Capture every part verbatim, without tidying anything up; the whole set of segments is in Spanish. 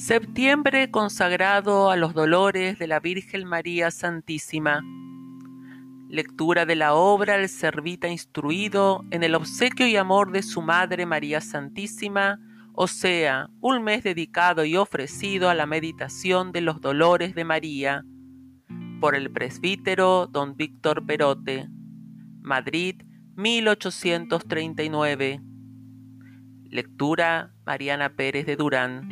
Septiembre consagrado a los dolores de la Virgen María Santísima. Lectura de la obra El Servita Instruido en el obsequio y amor de su Madre María Santísima, o sea, un mes dedicado y ofrecido a la meditación de los dolores de María, por el presbítero don Víctor Perote, Madrid, mil ochocientos treinta y nueve. Lectura Mariana Pérez de Durán.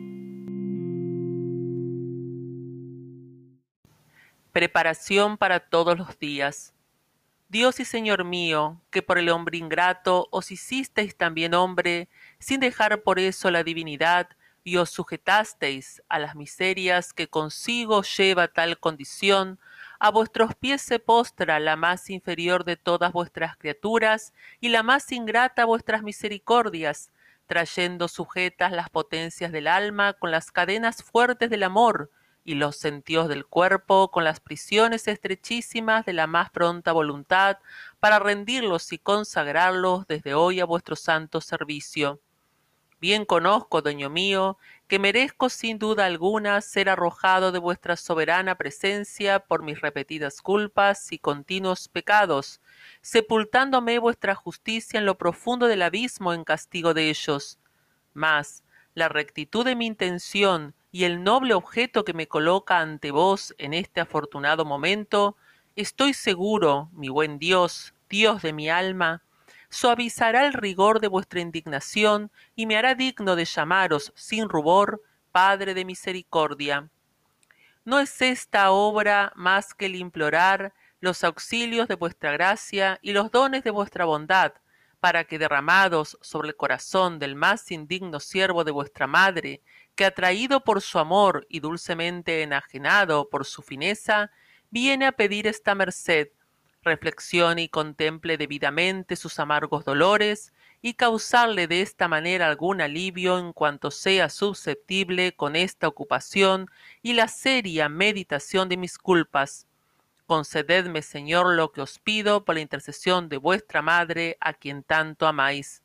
Preparación para todos los días. Dios y Señor mío, que por el hombre ingrato os hicisteis también hombre, sin dejar por eso la divinidad, y os sujetasteis a las miserias que consigo lleva tal condición, a vuestros pies se postra la más inferior de todas vuestras criaturas, y la más ingrata vuestras misericordias, trayendo sujetas las potencias del alma con las cadenas fuertes del amor, y los sentidos del cuerpo con las prisiones estrechísimas de la más pronta voluntad, para rendirlos y consagrarlos desde hoy a vuestro santo servicio. Bien conozco, dueño mío, que merezco sin duda alguna ser arrojado de vuestra soberana presencia por mis repetidas culpas y continuos pecados, sepultándome vuestra justicia en lo profundo del abismo en castigo de ellos. Mas la rectitud de mi intención y el noble objeto que me coloca ante vos en este afortunado momento, estoy seguro, mi buen Dios, Dios de mi alma, suavizará el rigor de vuestra indignación y me hará digno de llamaros sin rubor Padre de misericordia. ¿No es esta obra más que el implorar los auxilios de vuestra gracia y los dones de vuestra bondad, para que derramados sobre el corazón del más indigno siervo de vuestra madre, que atraído por su amor y dulcemente enajenado por su fineza, viene a pedir esta merced, reflexione y contemple debidamente sus amargos dolores, y causarle de esta manera algún alivio en cuanto sea susceptible con esta ocupación y la seria meditación de mis culpas? Concededme, Señor, lo que os pido por la intercesión de vuestra Madre, a quien tanto amáis.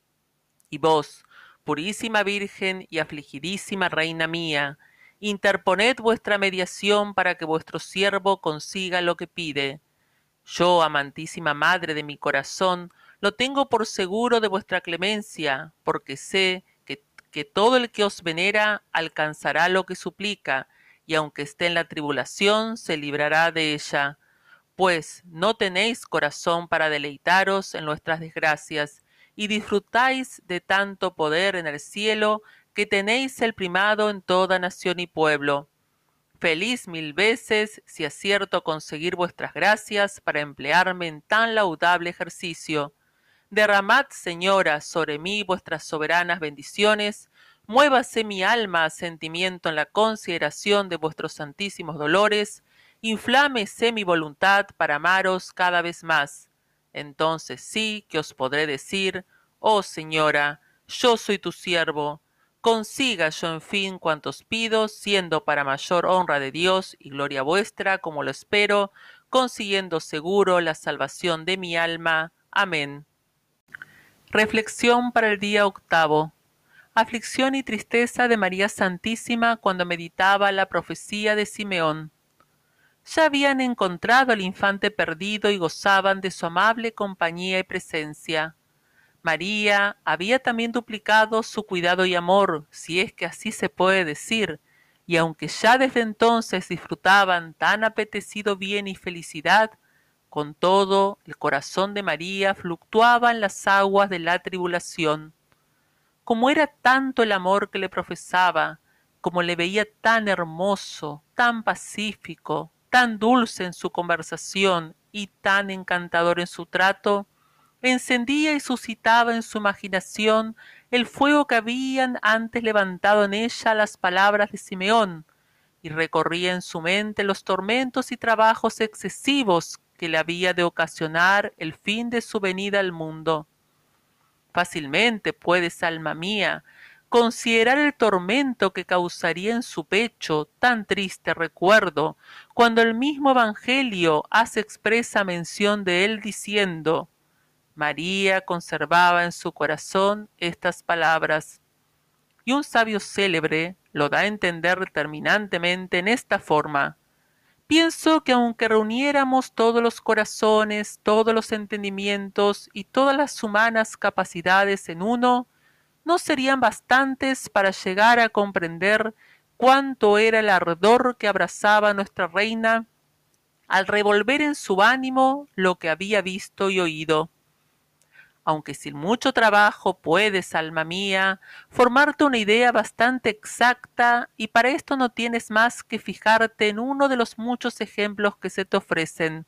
Y vos, purísima Virgen y afligidísima Reina mía, interponed vuestra mediación para que vuestro siervo consiga lo que pide. Yo, amantísima Madre de mi corazón, lo tengo por seguro de vuestra clemencia, porque sé que, que todo el que os venera alcanzará lo que suplica, y aunque esté en la tribulación, se librará de ella. Pues no tenéis corazón para deleitaros en nuestras desgracias, y disfrutáis de tanto poder en el cielo, que tenéis el primado en toda nación y pueblo. Feliz mil veces si acierto conseguir vuestras gracias para emplearme en tan laudable ejercicio. Derramad, Señora, sobre mí vuestras soberanas bendiciones, muévase mi alma a sentimiento en la consideración de vuestros santísimos dolores, inflámese mi voluntad para amaros cada vez más. Entonces sí que os podré decir, oh Señora, yo soy tu siervo, consiga yo en fin cuantos pido, siendo para mayor honra de Dios y gloria vuestra, como lo espero, consiguiendo seguro la salvación de mi alma. Amén. Reflexión para el día octavo. Aflicción y tristeza de María Santísima cuando meditaba la profecía de Simeón. Ya habían encontrado al infante perdido y gozaban de su amable compañía y presencia. María había también duplicado su cuidado y amor, si es que así se puede decir, y aunque ya desde entonces disfrutaban tan apetecido bien y felicidad, con todo, el corazón de María fluctuaba en las aguas de la tribulación. Como era tanto el amor que le profesaba, como le veía tan hermoso, tan pacífico, tan dulce en su conversación y tan encantador en su trato, encendía y suscitaba en su imaginación el fuego que habían antes levantado en ella las palabras de Simeón, y recorría en su mente los tormentos y trabajos excesivos que le había de ocasionar el fin de su venida al mundo. Fácilmente puedes, alma mía, considerar el tormento que causaría en su pecho tan triste recuerdo, cuando el mismo Evangelio hace expresa mención de él diciendo: María conservaba en su corazón estas palabras. y un sabio célebre lo da a entender terminantemente en esta forma: pienso que aunque reuniéramos todos los corazones, todos los entendimientos y todas las humanas capacidades en uno, no serían bastantes para llegar a comprender cuánto era el ardor que abrazaba a nuestra reina al revolver en su ánimo lo que había visto y oído. Aunque sin mucho trabajo puedes, alma mía, formarte una idea bastante exacta, y para esto no tienes más que fijarte en uno de los muchos ejemplos que se te ofrecen.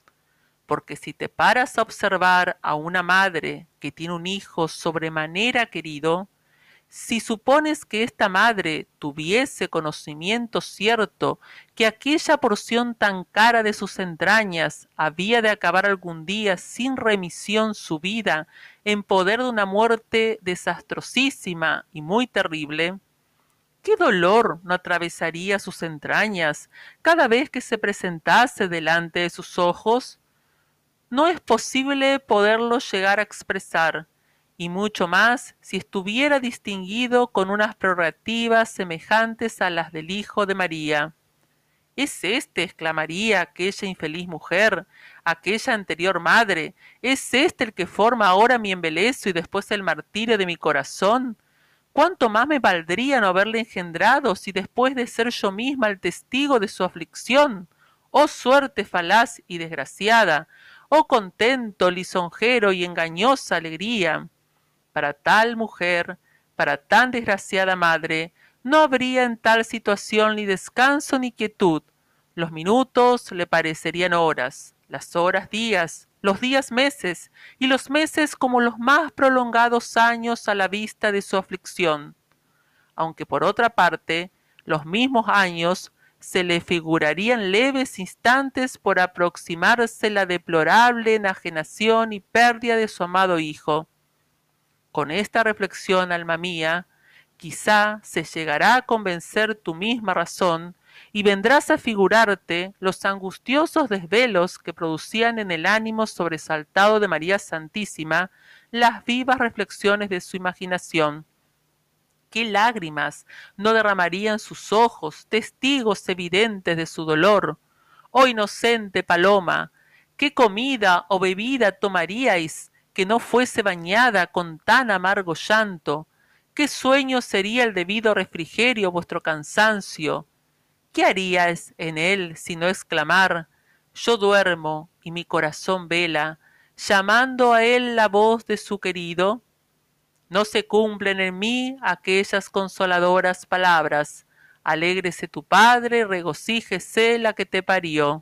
Porque si te paras a observar a una madre que tiene un hijo sobremanera querido, si supones que esta madre tuviese conocimiento cierto que aquella porción tan cara de sus entrañas había de acabar algún día sin remisión su vida en poder de una muerte desastrosísima y muy terrible, ¿qué dolor no atravesaría sus entrañas cada vez que se presentase delante de sus ojos? No es posible poderlo llegar a expresar, y mucho más si estuviera distinguido con unas prerrogativas semejantes a las del Hijo de María. ¿Es éste, exclamaría aquella infeliz mujer, aquella anterior madre, es éste el que forma ahora mi embeleso y después el martirio de mi corazón? ¿Cuánto más me valdría no haberle engendrado si después de ser yo misma el testigo de su aflicción? ¡Oh suerte falaz y desgraciada! ¡Oh contento, lisonjero y engañosa alegría! Para tal mujer, para tan desgraciada madre, no habría en tal situación ni descanso ni quietud. Los minutos le parecerían horas, las horas días, los días meses, y los meses como los más prolongados años a la vista de su aflicción. Aunque por otra parte, los mismos años se le figurarían leves instantes por aproximarse la deplorable enajenación y pérdida de su amado hijo. Con esta reflexión, alma mía, quizá se llegará a convencer tu misma razón y vendrás a figurarte los angustiosos desvelos que producían en el ánimo sobresaltado de María Santísima las vivas reflexiones de su imaginación. ¿Qué lágrimas no derramarían sus ojos, testigos evidentes de su dolor? Oh inocente paloma, ¿qué comida o bebida tomaríais que no fuese bañada con tan amargo llanto? ¿Qué sueño sería el debido refrigerio vuestro cansancio? ¿Qué haríais en él sino exclamar: yo duermo y mi corazón vela, llamando a él la voz de su querido? No se cumplen en mí aquellas consoladoras palabras: alégrese tu padre, regocíjese la que te parió.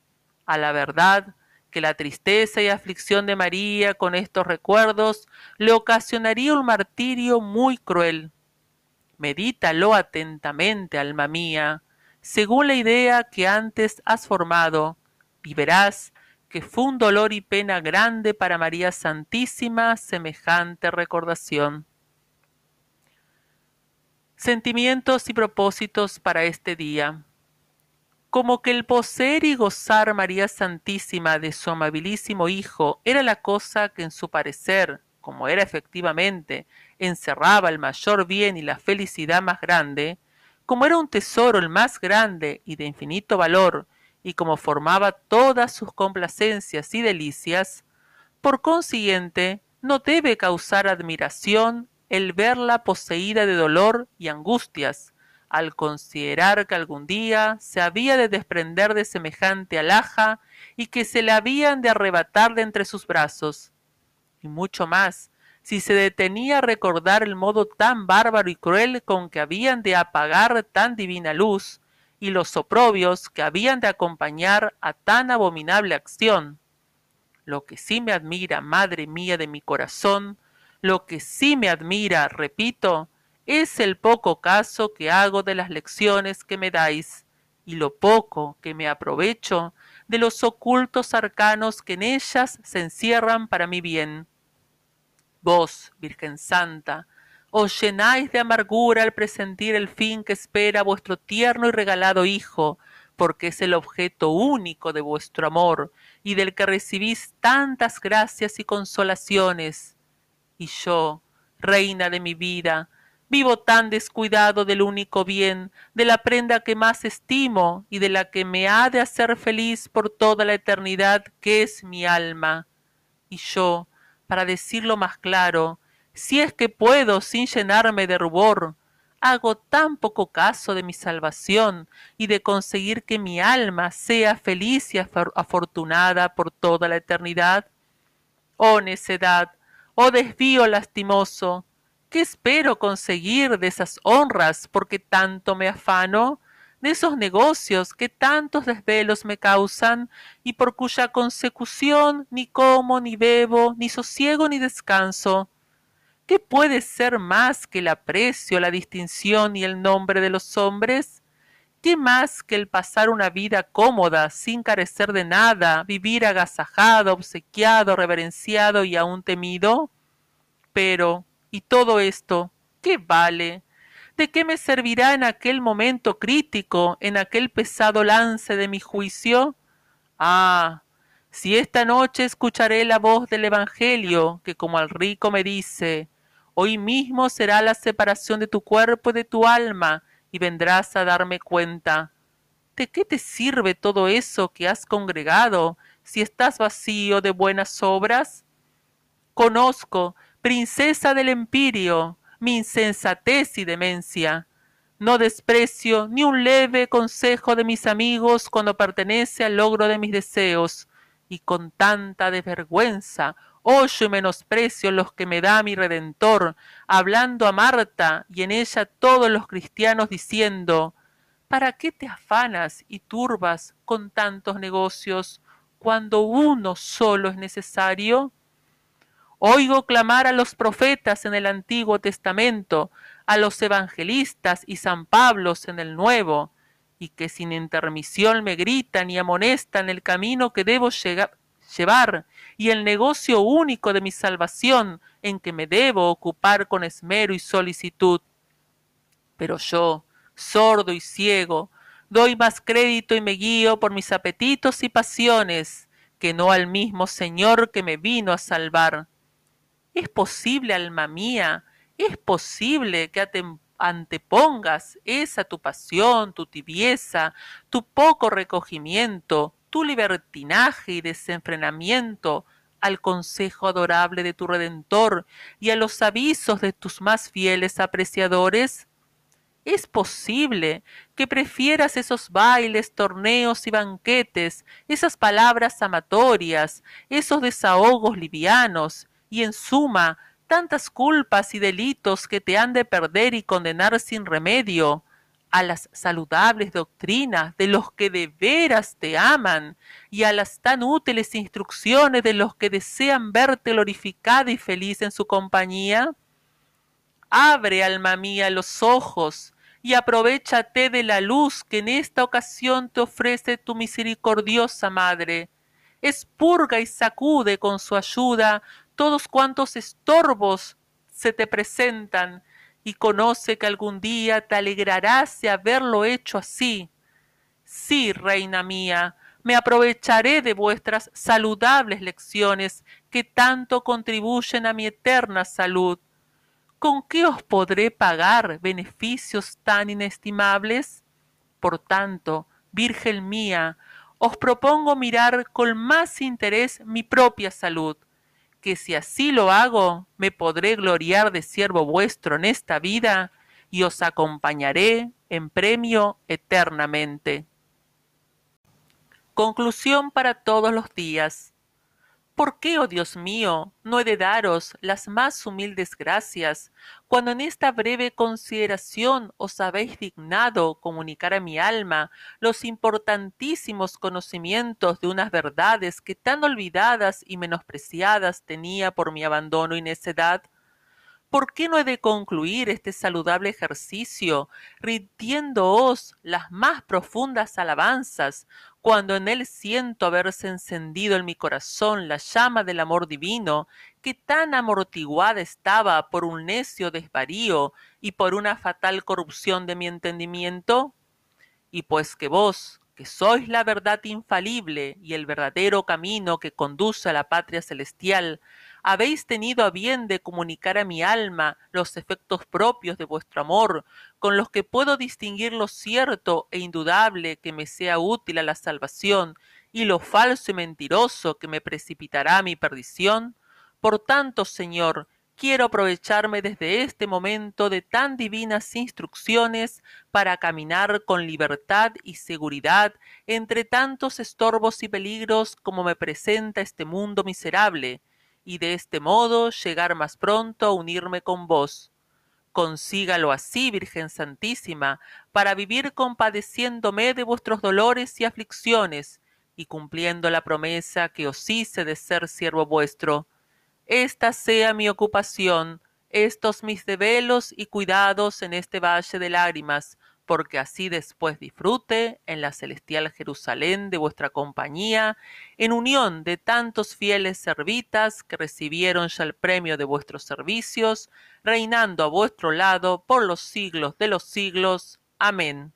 A la verdad que la tristeza y aflicción de María con estos recuerdos le ocasionaría un martirio muy cruel. Medítalo atentamente, alma mía, según la idea que antes has formado, y verás que fue un dolor y pena grande para María Santísima semejante recordación. Sentimientos y propósitos para este día. Como que el poseer y gozar María Santísima de su amabilísimo Hijo era la cosa que en su parecer, como era efectivamente, encerraba el mayor bien y la felicidad más grande, como era un tesoro el más grande y de infinito valor, y como formaba todas sus complacencias y delicias, por consiguiente no debe causar admiración el verla poseída de dolor y angustias, al considerar que algún día se había de desprender de semejante alhaja y que se le habían de arrebatar de entre sus brazos. Y mucho más, si se detenía a recordar el modo tan bárbaro y cruel con que habían de apagar tan divina luz, y los oprobios que habían de acompañar a tan abominable acción. Lo que sí me admira, madre mía de mi corazón, lo que sí me admira, repito, es el poco caso que hago de las lecciones que me dais, y lo poco que me aprovecho de los ocultos arcanos que en ellas se encierran para mi bien. Vos, Virgen Santa, os llenáis de amargura al presentir el fin que espera vuestro tierno y regalado Hijo, porque es el objeto único de vuestro amor, y del que recibís tantas gracias y consolaciones. Y yo, reina de mi vida, Vivo tan descuidado del único bien, de la prenda que más estimo y de la que me ha de hacer feliz por toda la eternidad, que es mi alma. Y yo, para decirlo más claro, si es que puedo sin llenarme de rubor, hago tan poco caso de mi salvación y de conseguir que mi alma sea feliz y afortunada por toda la eternidad. Oh necedad, oh desvío lastimoso, ¿qué espero conseguir de esas honras porque tanto me afano? De esos negocios que tantos desvelos me causan y por cuya consecución ni como, ni bebo, ni sosiego, ni descanso. ¿Qué puede ser más que el aprecio, la distinción y el nombre de los hombres? ¿Qué más que el pasar una vida cómoda, sin carecer de nada, vivir agasajado, obsequiado, reverenciado y aún temido? Pero, ¿y todo esto? ¿Qué vale? ¿De qué me servirá en aquel momento crítico, en aquel pesado lance de mi juicio? Ah, si esta noche escucharé la voz del Evangelio, que como al rico me dice, hoy mismo será la separación de tu cuerpo y de tu alma, y vendrás a darme cuenta. ¿De qué te sirve todo eso que has congregado, si estás vacío de buenas obras? Conozco, princesa del empirio, mi insensatez y demencia. No desprecio ni un leve consejo de mis amigos cuando pertenece al logro de mis deseos, y con tanta desvergüenza oyo y menosprecio los que me da mi Redentor, hablando a Marta y en ella todos los cristianos diciendo, ¿para qué te afanas y turbas con tantos negocios cuando uno solo es necesario? Oigo clamar a los profetas en el Antiguo Testamento, a los evangelistas y San Pablos en el Nuevo, y que sin intermisión me gritan y amonestan el camino que debo llevar y el negocio único de mi salvación en que me debo ocupar con esmero y solicitud. Pero yo, sordo y ciego, doy más crédito y me guío por mis apetitos y pasiones que no al mismo Señor que me vino a salvar. ¿Es posible, alma mía? ¿Es posible que antepongas esa tu pasión, tu tibieza, tu poco recogimiento, tu libertinaje y desenfrenamiento al consejo adorable de tu Redentor y a los avisos de tus más fieles apreciadores? ¿Es posible que prefieras esos bailes, torneos y banquetes, esas palabras amatorias, esos desahogos livianos, y en suma, tantas culpas y delitos que te han de perder y condenar sin remedio, a las saludables doctrinas de los que de veras te aman, y a las tan útiles instrucciones de los que desean verte glorificada y feliz en su compañía? Abre, alma mía, los ojos, y aprovéchate de la luz que en esta ocasión te ofrece tu misericordiosa Madre. Expurga y sacude con su ayuda todos cuantos estorbos se te presentan, y conoce que algún día te alegrarás de haberlo hecho así. Sí, reina mía, me aprovecharé de vuestras saludables lecciones que tanto contribuyen a mi eterna salud. ¿Con qué os podré pagar beneficios tan inestimables? Por tanto, Virgen mía, os propongo mirar con más interés mi propia salud, que si así lo hago, me podré gloriar de siervo vuestro en esta vida y os acompañaré en premio eternamente. Conclusión para todos los días. ¿Por qué, oh Dios mío, no he de daros las más humildes gracias, cuando en esta breve consideración os habéis dignado comunicar a mi alma los importantísimos conocimientos de unas verdades que tan olvidadas y menospreciadas tenía por mi abandono y necedad? ¿Por qué no he de concluir este saludable ejercicio rindiéndoos las más profundas alabanzas, cuando en él siento haberse encendido en mi corazón la llama del amor divino, que tan amortiguada estaba por un necio desvarío y por una fatal corrupción de mi entendimiento? Y pues que vos, que sois la verdad infalible y el verdadero camino que conduce a la patria celestial, habéis tenido a bien de comunicar a mi alma los efectos propios de vuestro amor, con los que puedo distinguir lo cierto e indudable que me sea útil a la salvación, y lo falso y mentiroso que me precipitará a mi perdición. Por tanto, Señor, quiero aprovecharme desde este momento de tan divinas instrucciones para caminar con libertad y seguridad entre tantos estorbos y peligros como me presenta este mundo miserable, y de este modo llegar más pronto a unirme con vos. Consígalo así, Virgen Santísima, para vivir compadeciéndome de vuestros dolores y aflicciones, y cumpliendo la promesa que os hice de ser siervo vuestro. Esta sea mi ocupación, estos mis desvelos y cuidados en este valle de lágrimas, porque así después disfrute en la celestial Jerusalén de vuestra compañía, en unión de tantos fieles servitas que recibieron ya el premio de vuestros servicios, reinando a vuestro lado por los siglos de los siglos. Amén.